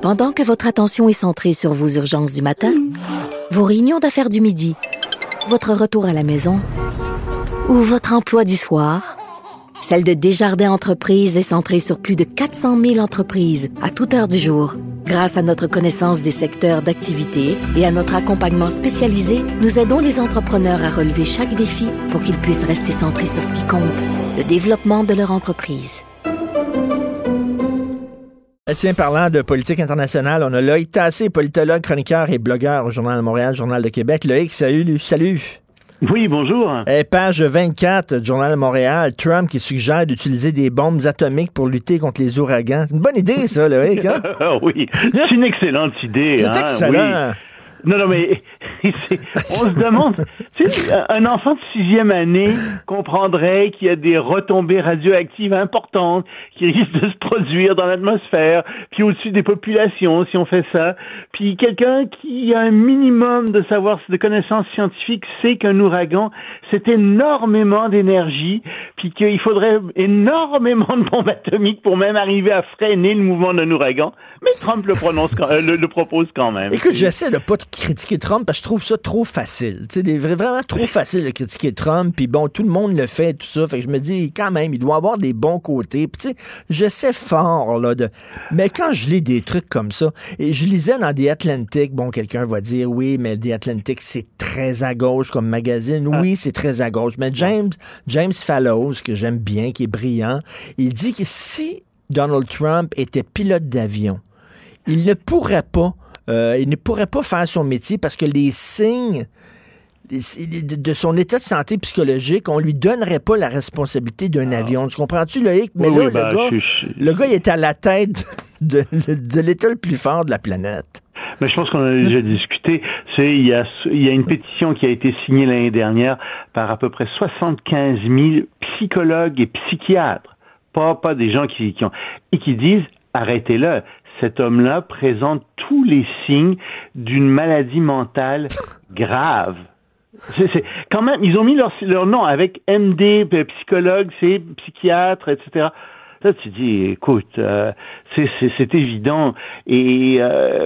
Pendant que votre attention est centrée sur vos urgences du matin, vos réunions d'affaires du midi, votre retour à la maison ou votre emploi du soir, celle de Desjardins Entreprises est centrée sur plus de 400 000 entreprises à toute heure du jour. Grâce à notre connaissance des secteurs d'activité et à notre accompagnement spécialisé, nous aidons les entrepreneurs à relever chaque défi pour qu'ils puissent rester centrés sur ce qui compte, le développement de leur entreprise. Tiens, parlant de politique internationale, on a Loïc Tassé, politologue, chroniqueur et blogueur au Journal de Montréal, Journal de Québec. Loïc, salut. Oui, bonjour. Page 24 du Journal de Montréal, Trump qui suggère d'utiliser des bombes atomiques pour lutter contre les ouragans. C'est une bonne idée, ça, Loïc, hein? Oui, c'est une excellente idée. C'est excellent. Oui. Non, mais on se demande, tu sais, un enfant de 6e année comprendrait qu'il y a des retombées radioactives importantes qui risquent de se produire dans l'atmosphère, puis au-dessus des populations, si on fait ça. Puis quelqu'un qui a un minimum de connaissances scientifiques sait qu'un ouragan, c'est énormément d'énergie, puis qu'il faudrait énormément de bombes atomiques pour même arriver à freiner le mouvement d'un ouragan. Mais Trump le propose quand même. Écoute, j'essaie de pas critiquer Trump parce que je trouve ça trop facile. Tu sais, vraiment trop facile de critiquer Trump. Puis bon, tout le monde le fait, tout ça. Fait que je me dis, quand même, il doit avoir des bons côtés. Puis tu sais, j'essaie fort, là, mais quand je lis des trucs comme ça, et je lisais dans The Atlantic, bon, quelqu'un va dire, oui, mais The Atlantic, c'est très à gauche comme magazine. Oui, c'est très à gauche. Mais James Fallows, que j'aime bien, qui est brillant, il dit que si Donald Trump était pilote d'avion, il ne pourrait pas faire son métier parce que les signes de son état de santé psychologique, on lui donnerait pas la responsabilité d'un avion. Tu comprends-tu, Loïc? Mais oui, là, le gars, il est à la tête de l'état le plus fort de la planète. Mais je pense qu'on a déjà discuté. Il y a une pétition qui a été signée l'année dernière par à peu près 75 000 psychologues et psychiatres. Pas des gens qui disent, arrêtez-le. Cet homme-là présente tous les signes d'une maladie mentale grave. C'est quand même, ils ont mis leur nom avec MD, psychologue, c'est psychiatre, etc. Là, tu dis, écoute, c'est évident. Et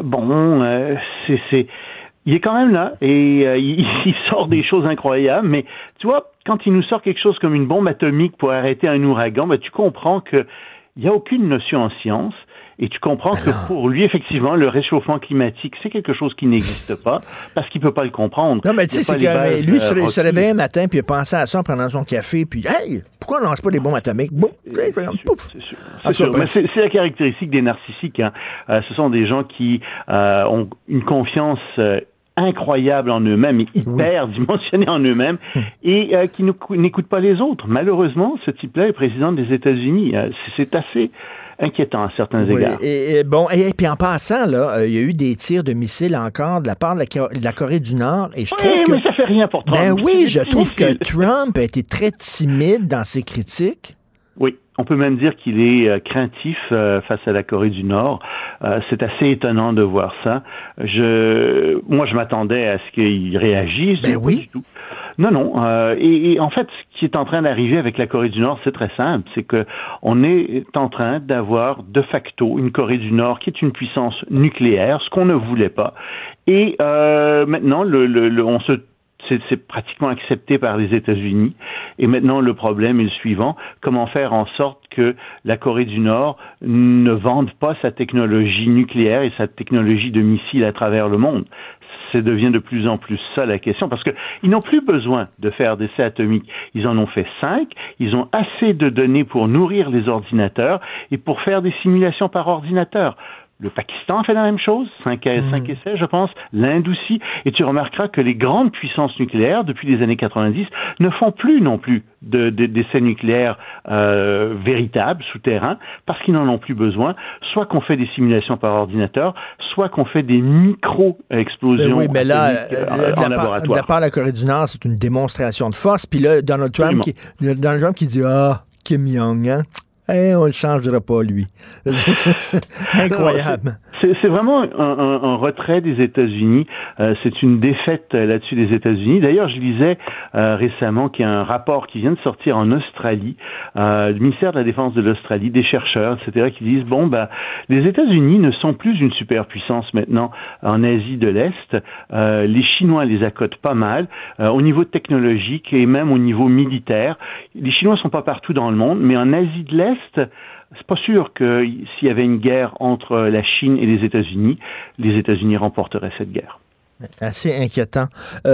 il est quand même là et il sort des choses incroyables. Mais tu vois, quand il nous sort quelque chose comme une bombe atomique pour arrêter un ouragan, tu comprends que il n'y a aucune notion en science. Et tu comprends que pour lui, effectivement, le réchauffement climatique, c'est quelque chose qui n'existe pas parce qu'il peut pas le comprendre. Non, mais tu sais, c'est que lui, il se réveillait un matin, puis il a pensé à ça en prenant son café, puis hey, pourquoi on lance pas des bombes atomiques? Boum, pouf! C'est sûr. Mais c'est la caractéristique des narcissiques. Hein. Ce sont des gens qui ont une confiance incroyable en eux-mêmes et hyper dimensionnés en eux-mêmes et qui n'écoutent pas les autres. Malheureusement, ce type-là est président des États-Unis. C'est assez inquiétant à certains égards. Et puis en passant, là, il y a eu des tirs de missiles encore de la part de la Corée du Nord. Et je trouve que mais ça fait rien pour Trump. Ben oui, je trouve que Trump a été très timide dans ses critiques. Oui. On peut même dire qu'il est craintif face à la Corée du Nord. C'est assez étonnant de voir ça. Moi, je m'attendais à ce qu'il réagisse. Ben oui. Du tout. Non. Et en fait, ce qui est en train d'arriver avec la Corée du Nord, c'est très simple. C'est que on est en train d'avoir de facto une Corée du Nord qui est une puissance nucléaire, ce qu'on ne voulait pas. Et maintenant, c'est pratiquement accepté par les États-Unis. Et maintenant, le problème est le suivant. Comment faire en sorte que la Corée du Nord ne vende pas sa technologie nucléaire et sa technologie de missiles à travers le monde? Ça devient de plus en plus ça la question, parce que ils n'ont plus besoin de faire d'essais atomiques. Ils en ont fait 5. Ils ont assez de données pour nourrir les ordinateurs et pour faire des simulations par ordinateur. Le Pakistan fait la même chose, 5 essais, je pense, l'Inde aussi, et tu remarqueras que les grandes puissances nucléaires, depuis les années 90, ne font plus non plus d'essais nucléaires véritables, souterrains, parce qu'ils n'en ont plus besoin, soit qu'on fait des simulations par ordinateur, soit qu'on fait des micro-explosions mais là, en laboratoire. De la part de la Corée du Nord, c'est une démonstration de force, puis là, Donald Trump qui dit « Ah, Kim Jong, hein? on ne le changera pas, lui. Incroyable. C'est vraiment un retrait des États-Unis. C'est une défaite là-dessus des États-Unis. D'ailleurs, je lisais récemment qu'il y a un rapport qui vient de sortir en Australie, du ministère de la Défense de l'Australie, des chercheurs, etc., qui disent, les États-Unis ne sont plus une superpuissance maintenant en Asie de l'Est. Les Chinois les accotent pas mal au niveau technologique et même au niveau militaire. Les Chinois sont pas partout dans le monde, mais en Asie de l'Est, c'est pas sûr que s'il y avait une guerre entre la Chine et les États-Unis remporteraient cette guerre. Assez inquiétant.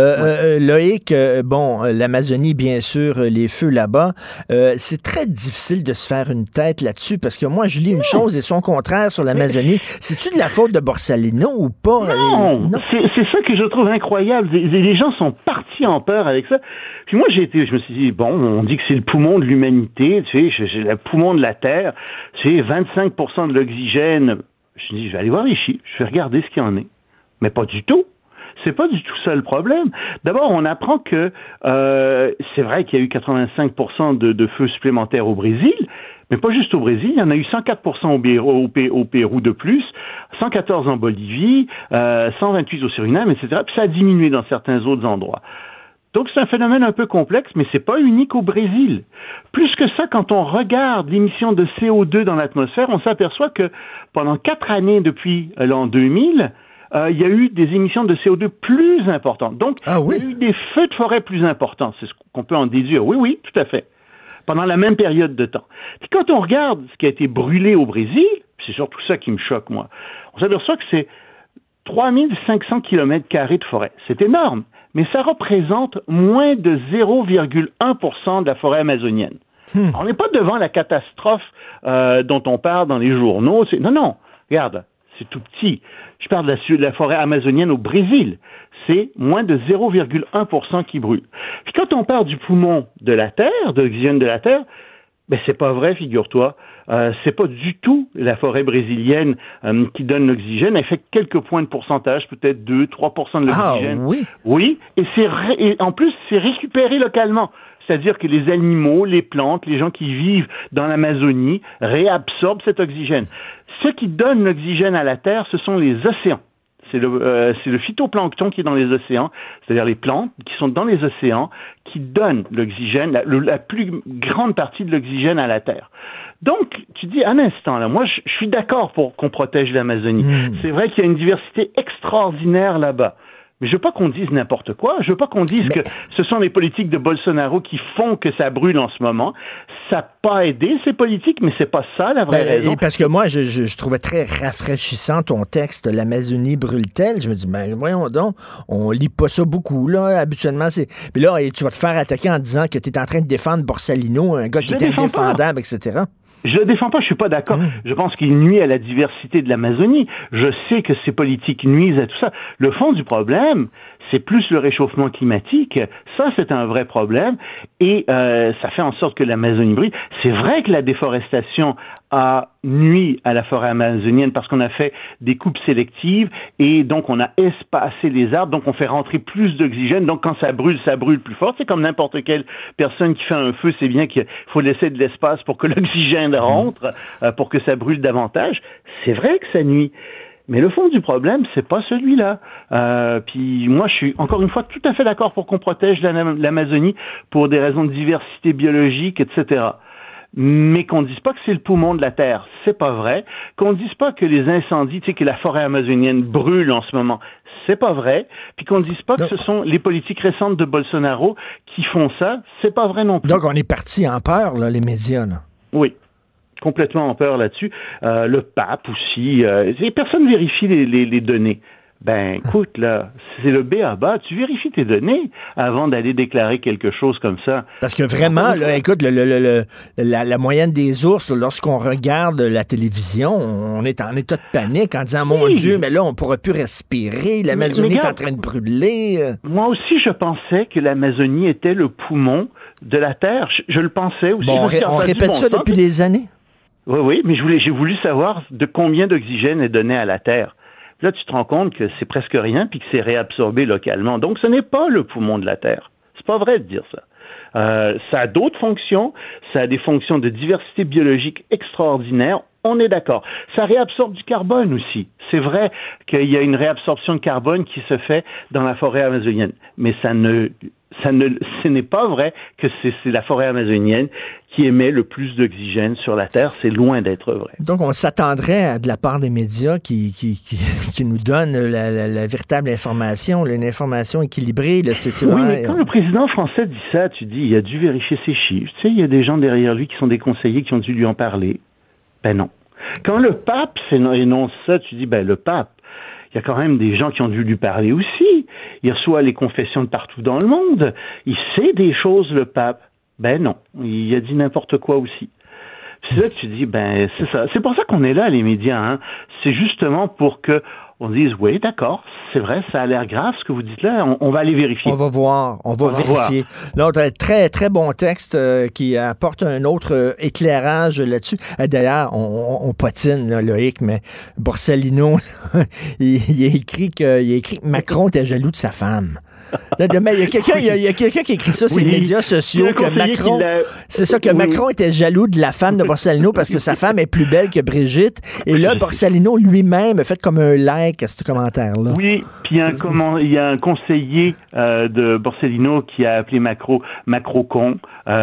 Loïc, l'Amazonie, bien sûr, les feux là-bas, c'est très difficile de se faire une tête là-dessus parce que moi, je lis une chose et son contraire sur l'Amazonie. C'est-tu de la faute de Borsalino ou pas? Non. C'est ça que je trouve incroyable. Les gens sont partis en peur avec ça. Puis moi, je me suis dit, on dit que c'est le poumon de l'humanité, tu sais, c'est le poumon de la Terre, c'est 25% de l'oxygène. Je me dis, je vais aller voir les chiffres, je vais regarder ce qu'il y en est. Mais pas du tout. C'est pas du tout ça le problème. D'abord, on apprend que c'est vrai qu'il y a eu 85% de feux supplémentaires au Brésil, mais pas juste au Brésil. Il y en a eu 104% au Pérou de plus, 114 en Bolivie, 128 au Suriname, etc. Puis ça a diminué dans certains autres endroits. Donc, c'est un phénomène un peu complexe, mais c'est pas unique au Brésil. Plus que ça, quand on regarde l'émission de CO2 dans l'atmosphère, on s'aperçoit que pendant 4 années depuis l'an 2000, il y a eu des émissions de CO2 plus importantes. Donc, il y a eu des feux de forêt plus importants. C'est ce qu'on peut en déduire. Oui, tout à fait. Pendant la même période de temps. Puis quand on regarde ce qui a été brûlé au Brésil, c'est surtout ça qui me choque, moi, on s'aperçoit que c'est 3500 km² de forêt. C'est énorme. Mais ça représente moins de 0,1% de la forêt amazonienne. On n'est pas devant la catastrophe dont on parle dans les journaux. Non, regarde, c'est tout petit. Je parle de la forêt amazonienne au Brésil. C'est moins de 0,1% qui brûle. Puis quand on parle du poumon de la Terre, de l'oxygène de la Terre, c'est pas vrai, figure-toi. C'est pas du tout la forêt brésilienne qui donne l'oxygène. Elle fait quelques points de pourcentage, peut-être 2-3% de l'oxygène. Ah oui? Oui, et en plus, c'est récupéré localement. C'est-à-dire que les animaux, les plantes, les gens qui vivent dans l'Amazonie réabsorbent cet oxygène. Ce qui donne l'oxygène à la Terre, ce sont les océans. C'est le phytoplancton qui est dans les océans, c'est-à-dire les plantes qui sont dans les océans, qui donnent l'oxygène, la plus grande partie de l'oxygène à la Terre. Donc, tu dis, un instant, là, moi, je suis d'accord pour qu'on protège l'Amazonie. C'est vrai qu'il y a une diversité extraordinaire là-bas. Mais je veux pas qu'on dise n'importe quoi. Je veux pas qu'on dise que ce sont les politiques de Bolsonaro qui font que ça brûle en ce moment. Ça n'a pas aidé ces politiques, mais c'est pas ça la vraie raison. Parce que moi, je trouvais très rafraîchissant ton texte, l'Amazonie brûle-t-elle? Je me dis, voyons donc, on lit pas ça beaucoup, là. Habituellement, c'est... Puis là, tu vas te faire attaquer en disant que tu es en train de défendre Borsalino, un gars qui est indéfendable, etc. Je le défends pas, je suis pas d'accord. Je pense qu'il nuit à la diversité de l'Amazonie. Je sais que ces politiques nuisent à tout ça. Le fond du problème, c'est plus le réchauffement climatique. Ça, c'est un vrai problème. Et ça fait en sorte que l'Amazonie brûle. C'est vrai que la déforestation a nuit à la forêt amazonienne parce qu'on a fait des coupes sélectives et donc on a espacé les arbres, donc on fait rentrer plus d'oxygène. Donc quand ça brûle plus fort. C'est comme n'importe quelle personne qui fait un feu, c'est bien qu'il faut laisser de l'espace pour que l'oxygène rentre, pour que ça brûle davantage. C'est vrai que ça nuit. Mais le fond du problème, c'est pas celui-là. Puis moi, je suis encore une fois tout à fait d'accord pour qu'on protège l'Amazonie pour des raisons de diversité biologique, etc. Mais qu'on dise pas que c'est le poumon de la Terre, c'est pas vrai. Qu'on dise pas que les incendies, tu sais, que la forêt amazonienne brûle en ce moment, c'est pas vrai. Puis qu'on dise pas que ce sont les politiques récentes de Bolsonaro qui font ça, c'est pas vrai non plus. Donc on est parti en peur, là, les médias, là. Oui. Complètement en peur là-dessus. Le pape aussi. Personne vérifie les données. Écoute, là, c'est le b.a.-ba. Tu vérifies tes données avant d'aller déclarer quelque chose comme ça. Parce que vraiment, là, écoute, la moyenne des ours, lorsqu'on regarde la télévision, on est en état de panique en disant, mon Dieu, mais là, on ne pourra plus respirer. L'Amazonie est en train de brûler. Moi aussi, je pensais que l'Amazonie était le poumon de la Terre. Je le pensais aussi. Bon, on répète ça depuis des années. Oui, mais j'ai voulu savoir de combien d'oxygène est donné à la Terre. Là, tu te rends compte que c'est presque rien puis que c'est réabsorbé localement. Donc, ce n'est pas le poumon de la Terre. C'est pas vrai de dire ça. Ça a d'autres fonctions, ça a des fonctions de diversité biologique extraordinaires. On est d'accord. Ça réabsorbe du carbone aussi. C'est vrai qu'il y a une réabsorption de carbone qui se fait dans la forêt amazonienne. Mais ce n'est pas vrai que c'est la forêt amazonienne qui émet le plus d'oxygène sur la Terre. C'est loin d'être vrai. Donc, on s'attendrait de la part des médias qui nous donnent la véritable information, une information équilibrée. Là, c'est oui, vraiment... mais quand le président français dit ça, tu dis, il a dû vérifier ses chiffres. Tu sais, il y a des gens derrière lui qui sont des conseillers qui ont dû lui en parler. Ben non. Quand le pape énonce ça, tu dis, ben le pape, il y a quand même des gens qui ont dû lui parler aussi. Il reçoit les confessions de partout dans le monde. Il sait des choses, le pape. Ben non. Il a dit n'importe quoi aussi. C'est là que tu dis, ben c'est ça. C'est pour ça qu'on est là, les médias. Hein. C'est justement pour que on dise, oui, d'accord, c'est vrai, ça a l'air grave ce que vous dites là, on va aller vérifier. On va voir, on va vérifier. L'autre, très, très bon texte qui apporte un autre éclairage là-dessus. D'ailleurs, on patine, là, Loïc, mais Borsalino, il a écrit que Macron était jaloux de sa femme. Il y a quelqu'un qui a écrit ça sur les médias sociaux, que Macron, c'est ça, que Macron était jaloux de la femme de Borsalino parce que sa femme est plus belle que Brigitte. Et là, Borsalino lui-même a fait comme un like à ce commentaire-là. Oui, puis il y a un conseiller de Borsalino qui a appelé Macron con.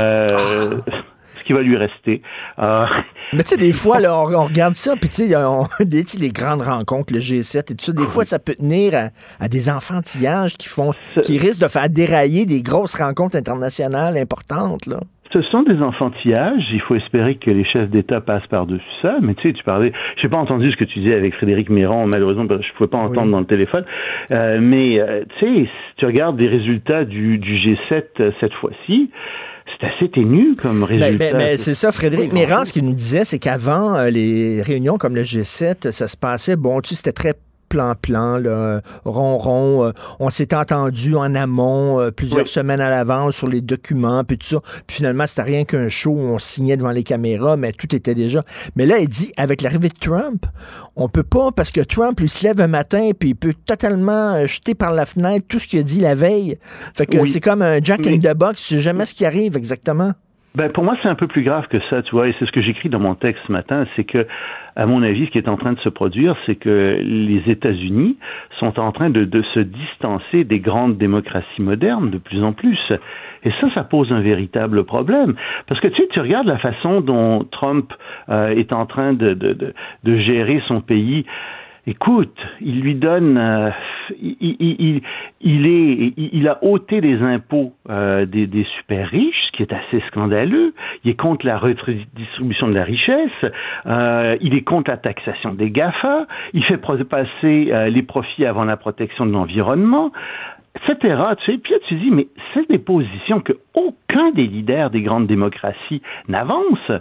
Ce qui va lui rester. Mais tu sais, des fois, là, on regarde ça, puis tu sais, les grandes rencontres, le G7 et tout ça, des fois, ça peut tenir à des enfantillages qui risquent de faire dérailler des grosses rencontres internationales importantes, là. Ce sont des enfantillages. Il faut espérer que les chefs d'État passent par-dessus ça. Mais tu sais, tu parlais... Je n'ai pas entendu ce que tu disais avec Frédéric Miron, malheureusement, parce que je ne pouvais pas entendre dans le téléphone. Mais tu sais, si tu regardes les résultats du G7 cette fois-ci, c'est assez ténu comme résultat. Mais c'est ça, Frédéric Miron, ce qu'il nous disait, c'est qu'avant, les réunions comme le G7, ça se passait, c'était très plan, là, rond. On s'est entendu en amont plusieurs semaines à l'avance sur les documents, puis tout ça. Puis finalement, c'était rien qu'un show où on signait devant les caméras, mais tout était déjà... Mais là, il dit, avec l'arrivée de Trump, on peut pas, parce que Trump, lui, se lève un matin, puis il peut totalement jeter par la fenêtre tout ce qu'il a dit la veille. Fait que c'est comme un Jack in the Box, tu sais jamais ce qui arrive exactement. Ben, pour moi, c'est un peu plus grave que ça, tu vois, et c'est ce que j'écris dans mon texte ce matin, c'est que, à mon avis, ce qui est en train de se produire, c'est que les États-Unis sont en train de se distancer des grandes démocraties modernes de plus en plus. Et ça pose un véritable problème. Parce que, tu regardes la façon dont Trump est en train de gérer son pays. Écoute, il lui donne, il a ôté les impôts des super riches, ce qui est assez scandaleux. Il est contre la redistribution de la richesse. Il est contre la taxation des GAFA. Il fait passer les profits avant la protection de l'environnement, etc. Tu sais, puis là tu dis, mais c'est des positions que aucun des leaders des grandes démocraties n'avance.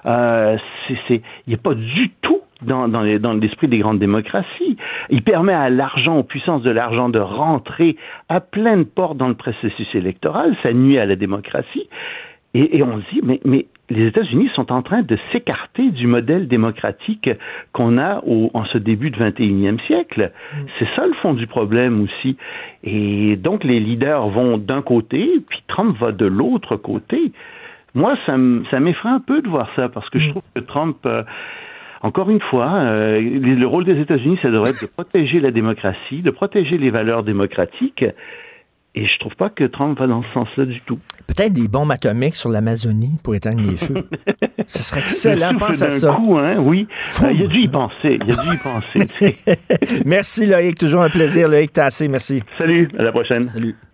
Il n'est pas du tout dans l'esprit des grandes démocraties. Il permet à l'argent, aux puissances de l'argent, de rentrer à pleine porte dans le processus électoral. Ça nuit à la démocratie. Et on se dit, mais les États-Unis sont en train de s'écarter du modèle démocratique qu'on a en ce début de 21e siècle. C'est ça le fond du problème aussi. Et donc les leaders vont d'un côté, puis Trump va de l'autre côté. Moi, ça m'effraie un peu de voir ça, parce que je trouve que Trump... Encore une fois, le rôle des États-Unis, ça devrait être de protéger la démocratie, de protéger les valeurs démocratiques. Et je trouve pas que Trump va dans ce sens-là du tout. Peut-être des bombes atomiques sur l'Amazonie pour éteindre les feux. Ce serait excellent, pense à ça. Coup, hein, oui. Il a dû y penser. Merci Loïc, toujours un plaisir. Loïc Tassé, merci. Salut, à la prochaine. Salut.